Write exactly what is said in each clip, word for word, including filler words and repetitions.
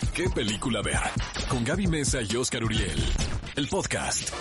¿Qué película ver? Con Gaby Mesa y Oscar Uriel. El podcast.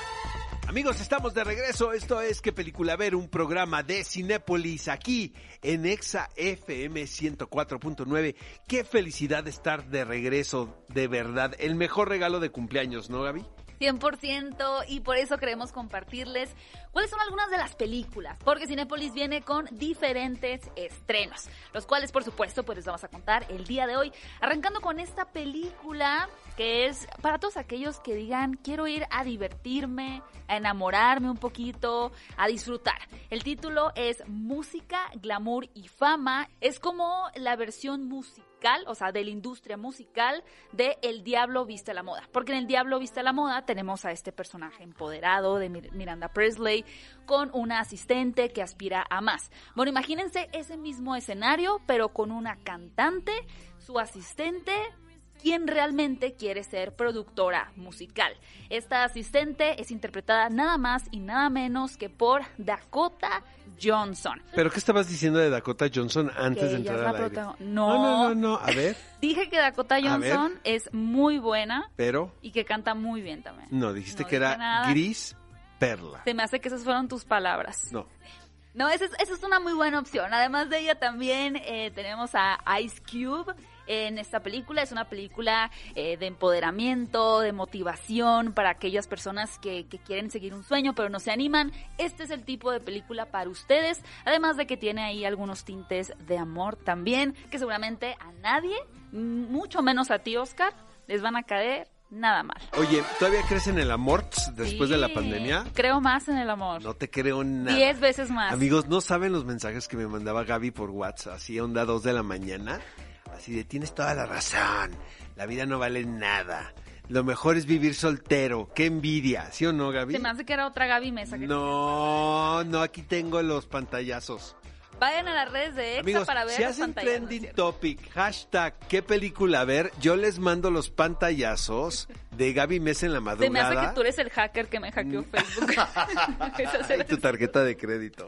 Amigos, estamos de regreso. Esto es ¿Qué película ver? Un programa de Cinépolis aquí en Exa F M ciento cuatro punto nueve. Qué felicidad estar de regreso, de verdad. El mejor regalo de cumpleaños, ¿no, Gaby? cien por ciento, y por eso queremos compartirles cuáles son algunas de las películas, porque Cinépolis viene con diferentes estrenos, los cuales por supuesto pues les vamos a contar el día de hoy, arrancando con esta película que es para todos aquellos que digan quiero ir a divertirme, a enamorarme un poquito, a disfrutar. El título es Música, Glamour y Fama. Es como la versión musical, o sea, de la industria musical de El Diablo Viste a la Moda. Porque en El Diablo Viste a la Moda tenemos a este personaje empoderado de Miranda Priestly con una asistente que aspira a más. Bueno, imagínense ese mismo escenario, pero con una cantante, su asistente, quien realmente quiere ser productora musical. Esta asistente es interpretada nada más y nada menos que por Dakota Johnson. ¿Pero qué estabas diciendo de Dakota Johnson antes que de entrar al aire? Protagon- No, no, no, no, no, a ver. Dije que Dakota Johnson es muy buena, Pero y que canta muy bien también. no, dijiste No que dije era nada. Gris Perla. Se me hace que esas fueron tus palabras. No. No, esa es, esa es una muy buena opción. Además de ella también eh, tenemos a Ice Cube en esta película. Es una película eh, de empoderamiento, de motivación para aquellas personas que, que quieren seguir un sueño pero no se animan. Este es el tipo de película para ustedes. Además de que tiene ahí algunos tintes de amor también, que seguramente a nadie, mucho menos a ti, Oscar, les van a caer nada mal. Oye, ¿todavía crees en el amor después Sí, de la pandemia? Creo más en el amor. No te creo nada. Diez veces más. Amigos, ¿no saben los mensajes que me mandaba Gaby por WhatsApp? Así onda dos de la mañana. Así de, tienes toda la razón. La vida no vale nada. Lo mejor es vivir soltero. ¡Qué envidia! ¿Sí o no, Gaby? Se me hace que era otra Gaby Mesa. Que No, no, aquí tengo los pantallazos. Vayan a las redes de Exa Amigos, para ver si las hacen pantallas, ¿no es trending cierto? topic, hashtag, ¿qué película ver? Yo les mando los pantallazos de Gaby Mesa en la Se me madrugada. hace que tú eres el hacker que me hackeó Facebook. Esa será- Y tu tarjeta de crédito.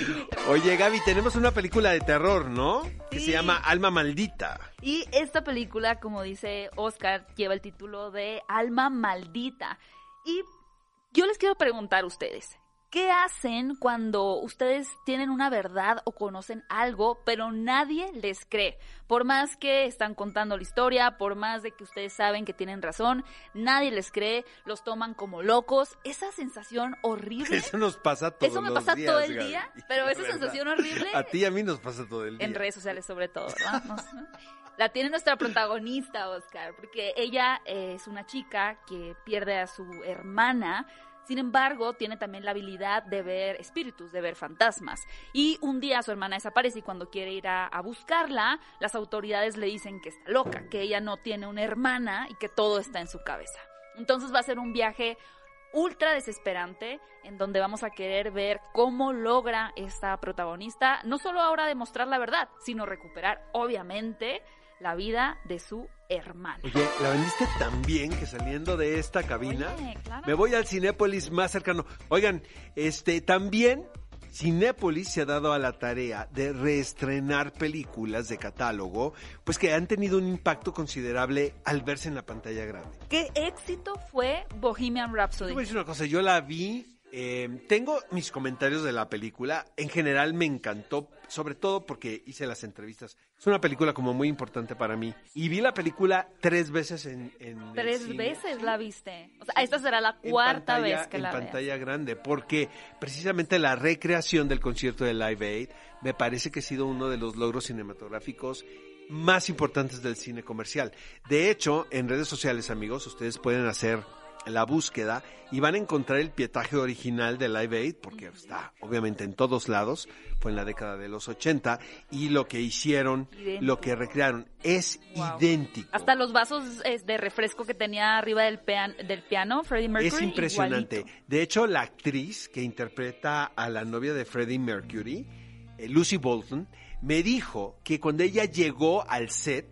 Oye, Gaby, tenemos una película de terror, ¿no? Que Sí. se llama Alma Maldita. Y esta película, como dice Oscar, lleva el título de Alma Maldita. Y yo les quiero preguntar a ustedes, ¿qué hacen cuando ustedes tienen una verdad o conocen algo, pero nadie les cree? Por más que están contando la historia, por más de que ustedes saben que tienen razón, nadie les cree, los toman como locos. Esa sensación horrible. Eso nos pasa todos Eso me los pasa días, todo el Gaby. día, pero esa La verdad. sensación horrible A ti y a mí nos pasa todo el día. en redes sociales sobre todo, ¿verdad? No sé. La tiene nuestra protagonista, Oscar, porque ella eh, es una chica que pierde a su hermana. Sin embargo, tiene también la habilidad de ver espíritus, de ver fantasmas. Y un día su hermana desaparece y cuando quiere ir a, a buscarla, las autoridades le dicen que está loca, que ella no tiene una hermana y que todo está en su cabeza. Entonces va a ser un viaje ultra desesperante en donde vamos a querer ver cómo logra esta protagonista, no solo ahora demostrar la verdad, sino recuperar, obviamente, la vida de su hermano. Oye, la vendiste tan bien que saliendo de esta cabina, Oye, claro. me voy al Cinépolis más cercano. Oigan, este, también Cinépolis se ha dado a la tarea de reestrenar películas de catálogo, pues que han tenido un impacto considerable al verse en la pantalla grande. ¿Qué éxito fue Bohemian Te Rhapsody? voy a decir una cosa, yo la vi, eh, tengo mis comentarios de la película, en general me encantó, sobre todo porque hice las entrevistas. Es una película como muy importante para mí. Y vi la película tres veces en, en el Tres cine. veces la viste. O sea, esta será la En cuarta pantalla- vez que en la veas. pantalla grande, porque precisamente la recreación del concierto de Live Aid me parece que ha sido uno de los logros cinematográficos más importantes del cine comercial. De hecho, en redes sociales, amigos, ustedes pueden hacer la búsqueda y van a encontrar el pietaje original de Live Aid, porque está obviamente en todos lados, fue en la década de los ochenta, y lo que hicieron, Idéntico. lo que recrearon es Wow. idéntico. Hasta los vasos eh, de refresco que tenía arriba del, pean- del piano, Freddie Mercury. Es impresionante. igualito. De hecho, la actriz que interpreta a la novia de Freddie Mercury, eh, Lucy Bolton, me dijo que cuando ella llegó al set,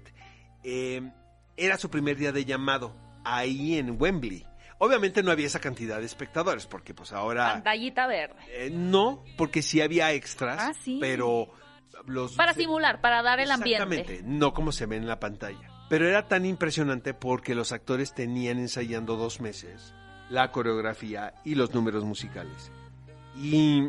eh, era su primer día de llamado, ahí en Wembley. Obviamente no había esa cantidad de espectadores, porque pues ahora... Pantallita verde. eh, no, porque sí había extras, Ah, sí. pero los... Para simular, para dar el ambiente. Exactamente, no como se ve en la pantalla. Pero era tan impresionante porque los actores tenían ensayando dos meses la coreografía y los números musicales. Y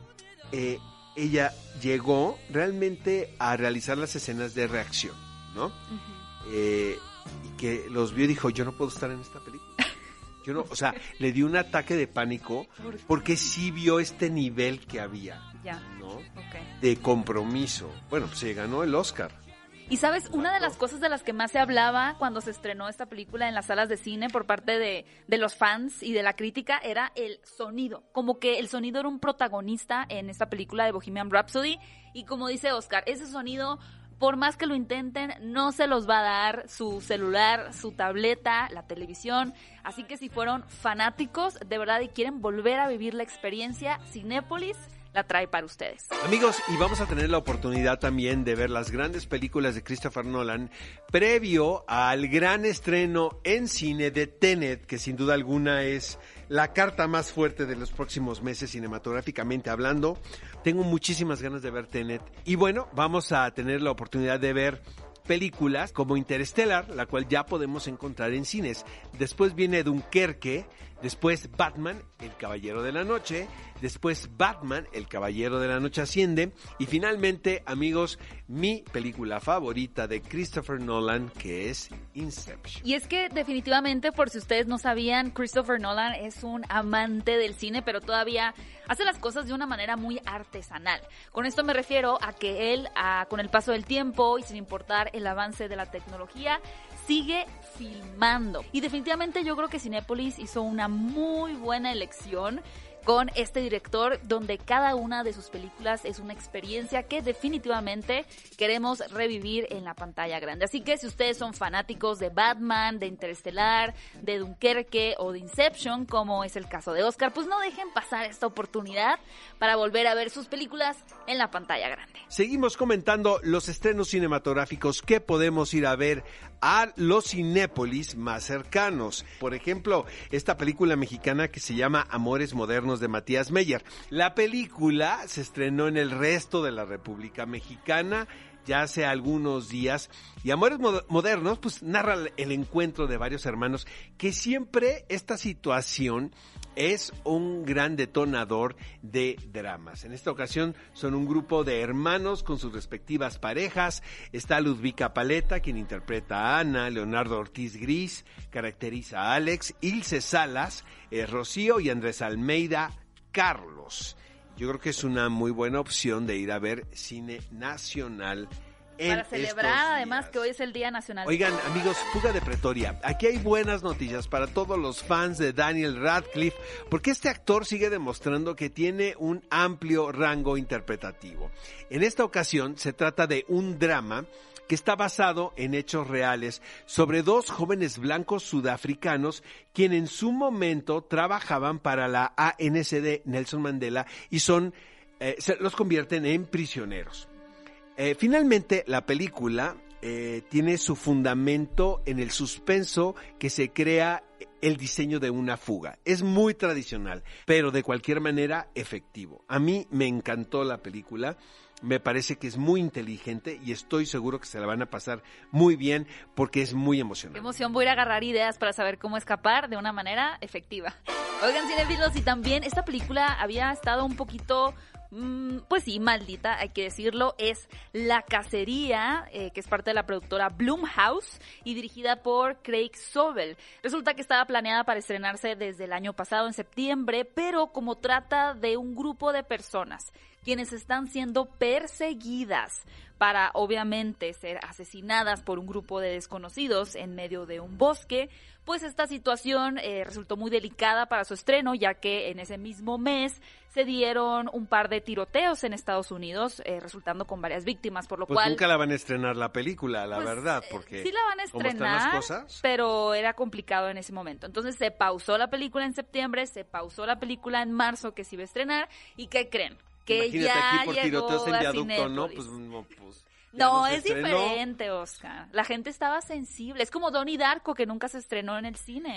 eh, ella llegó realmente a realizar las escenas de reacción, ¿no? Uh-huh. Eh, y que los vio y dijo, yo no puedo estar en esta película. Yo no, o sea, le dio un ataque de pánico porque sí vio este nivel que había, ya. ¿no? Okay. De compromiso. Bueno, pues se ganó el Oscar. Y sabes, una de las cosas de las que más se hablaba cuando se estrenó esta película en las salas de cine por parte de, de los fans y de la crítica era el sonido. Como que el sonido era un protagonista en esta película de Bohemian Rhapsody. Y como dice Oscar, ese sonido, por más que lo intenten, no se los va a dar su celular, su tableta, la televisión. Así que si fueron fanáticos de verdad y quieren volver a vivir la experiencia, Cinépolis la trae para ustedes. Amigos, y vamos a tener la oportunidad también de ver las grandes películas de Christopher Nolan previo al gran estreno en cine de Tenet, que sin duda alguna es la carta más fuerte de los próximos meses cinematográficamente hablando. Tengo muchísimas ganas de ver Tenet y bueno, vamos a tener la oportunidad de ver películas como Interstellar, la cual ya podemos encontrar en cines. Después viene Dunkerque, después Batman, el Caballero de la Noche, después Batman, el Caballero de la Noche Asciende y finalmente, amigos, mi película favorita de Christopher Nolan, que es Inception. Y es que definitivamente, por si ustedes no sabían, Christopher Nolan es un amante del cine, pero todavía hace las cosas de una manera muy artesanal. Con esto me refiero a que él, a, con el paso del tiempo y sin importar el avance de la tecnología, sigue filmando. Y definitivamente yo creo que Cinépolis hizo una muy buena elección con este director, donde cada una de sus películas es una experiencia que definitivamente queremos revivir en la pantalla grande. Así que si ustedes son fanáticos de Batman, de Interestelar, de Dunkerque o de Inception, como es el caso de Oscar, pues no dejen pasar esta oportunidad para volver a ver sus películas en la pantalla grande. Seguimos comentando los estrenos cinematográficos que podemos ir a ver a los Cinépolis más cercanos. Por ejemplo, esta película mexicana que se llama Amores Modernos de Matías Meyer. La película se estrenó en el resto de la República Mexicana ya hace algunos días y Amores Modernos pues narra el encuentro de varios hermanos, que siempre esta situación es un gran detonador de dramas. En esta ocasión son un grupo de hermanos con sus respectivas parejas. Está Ludvika Paleta, quien interpreta a Ana, Leonardo Ortiz Gris caracteriza a Alex, Ilse Salas, eh, Rocío y Andrés Almeida, Carlos. Yo creo que es una muy buena opción de ir a ver cine nacional en para celebrar además que hoy es el Día Nacional. Oigan, amigos, Fuga de Pretoria, aquí hay buenas noticias para todos los fans de Daniel Radcliffe, porque este actor sigue demostrando que tiene un amplio rango interpretativo. En esta ocasión se trata de un drama que está basado en hechos reales sobre dos jóvenes blancos sudafricanos quienes en su momento trabajaban para la A N C D Nelson Mandela y son eh, se los convierten en prisioneros. Eh, finalmente, la película eh, tiene su fundamento en el suspenso que se crea el diseño de una fuga. Es muy tradicional, pero de cualquier manera efectivo. A mí me encantó la película. Me parece que es muy inteligente y estoy seguro que se la van a pasar muy bien porque es muy emocionante. Qué emoción, voy a ir a agarrar ideas para saber cómo escapar de una manera efectiva. Oigan, cinéfilos, y también esta película había estado un poquito, mmm, pues sí, maldita, hay que decirlo. Es La Cacería, eh, que es parte de la productora Blumhouse y dirigida por Craig Sobel. Resulta que estaba planeada para estrenarse desde el año pasado, en septiembre, pero como trata de un grupo de personas quienes están siendo perseguidas para, obviamente, ser asesinadas por un grupo de desconocidos en medio de un bosque, pues esta situación eh, resultó muy delicada para su estreno, ya que en ese mismo mes se dieron un par de tiroteos en Estados Unidos, eh, resultando con varias víctimas, por lo pues cual... nunca la van a estrenar la película, la pues, verdad, porque... Sí la van a estrenar, cosas? Pero era complicado en ese momento. Entonces se pausó la película en septiembre, se pausó la película en marzo, que se iba a estrenar, ¿y qué creen? Que Imagínate ya aquí por llegó tiroteos en a viaducto, Cinépolis. ¿no? Pues no, pues... No, no es estrenó. diferente, Oscar. La gente estaba sensible. Es como Donnie Darko, que nunca se estrenó en el cine.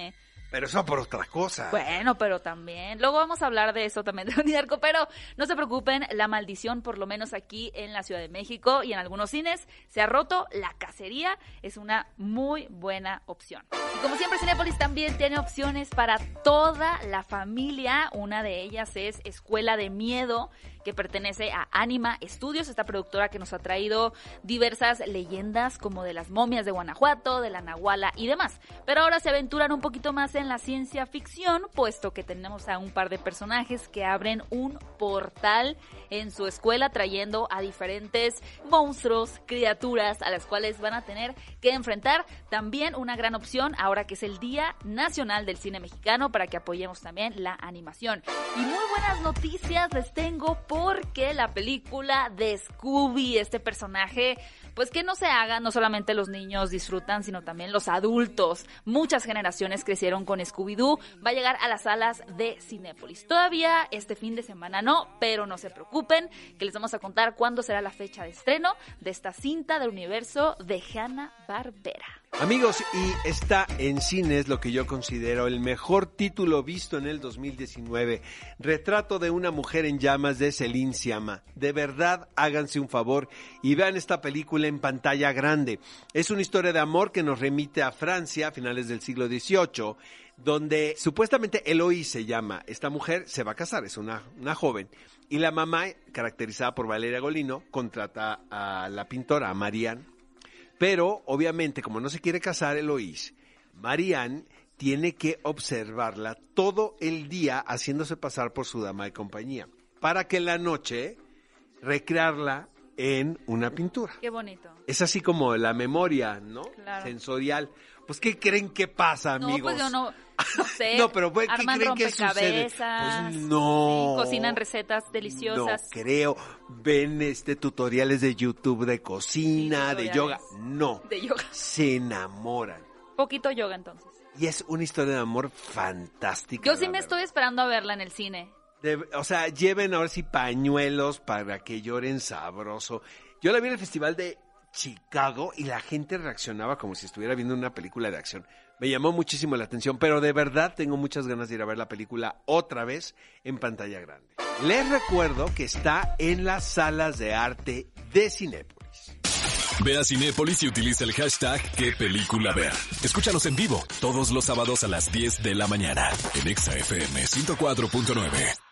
Pero eso por otra cosa. Bueno, pero también, luego vamos a hablar de eso también de Donnie Darko, pero no se preocupen, La Maldición, por lo menos aquí en la Ciudad de México y en algunos cines, se ha roto. La Cacería es una muy buena opción. Y como siempre, Cinépolis también tiene opciones para toda la familia. Una de ellas es Escuela de Miedo, que pertenece a Anima Studios, esta productora que nos ha traído diversas leyendas como de las momias de Guanajuato, de la Nahuala y demás. Pero ahora se aventuran un poquito más en la ciencia ficción, puesto que tenemos a un par de personajes que abren un portal en su escuela trayendo a diferentes monstruos, criaturas a las cuales van a tener que enfrentar. También una gran opción ahora que es el Día Nacional del Cine Mexicano para que apoyemos también la animación. Y muy buenas noticias les tengo porque la película de Scooby, este personaje, pues que no se haga, no solamente los niños disfrutan, sino también los adultos. Muchas generaciones crecieron con Scooby-Doo. Va a llegar a las salas de Cinépolis. Todavía este fin de semana no, pero no se preocupen, que les vamos a contar cuándo será la fecha de estreno de esta cinta del universo de Hanna-Barbera. Amigos, y está en cines lo que yo considero el mejor título visto en el dos mil diecinueve. Retrato de una mujer en llamas de Céline Sciamma. De verdad, háganse un favor y vean esta película en pantalla grande. Es una historia de amor que nos remite a Francia a finales del siglo dieciocho, donde supuestamente Eloise se llama. Esta mujer se va a casar, es una, una joven. Y la mamá, caracterizada por Valeria Golino, contrata a la pintora, a Marianne. Pero, obviamente, como no se quiere casar Eloise, Marianne tiene que observarla todo el día haciéndose pasar por su dama de compañía, para que en la noche recrearla en una pintura. Qué bonito. Es así como la memoria, ¿no? Claro. Sensorial. Pues, ¿qué creen que pasa, amigos? No, pues yo no, no sé. No, pero ¿qué arman creen que sucede? rompecabezas, Pues no. sí, cocinan recetas deliciosas. No creo. Ven este tutoriales de YouTube de cocina, Sí, de tutoriales. yoga. No. De yoga. Se enamoran. Poquito yoga entonces. Y es una historia de amor fantástica. Yo sí la me verdad. estoy esperando a verla en el cine. De- o sea, lleven ahora sí pañuelos para que lloren sabroso. Yo la vi en el Festival de Chicago y la gente reaccionaba como si estuviera viendo una película de acción. Me llamó muchísimo la atención, pero de verdad tengo muchas ganas de ir a ver la película otra vez en pantalla grande. Les recuerdo que está en las salas de arte de Cinépolis. Ve a Cinépolis y utiliza el hashtag qué película ver. Escúchanos en vivo todos los sábados a las diez de la mañana en Exa F M ciento cuatro punto nueve.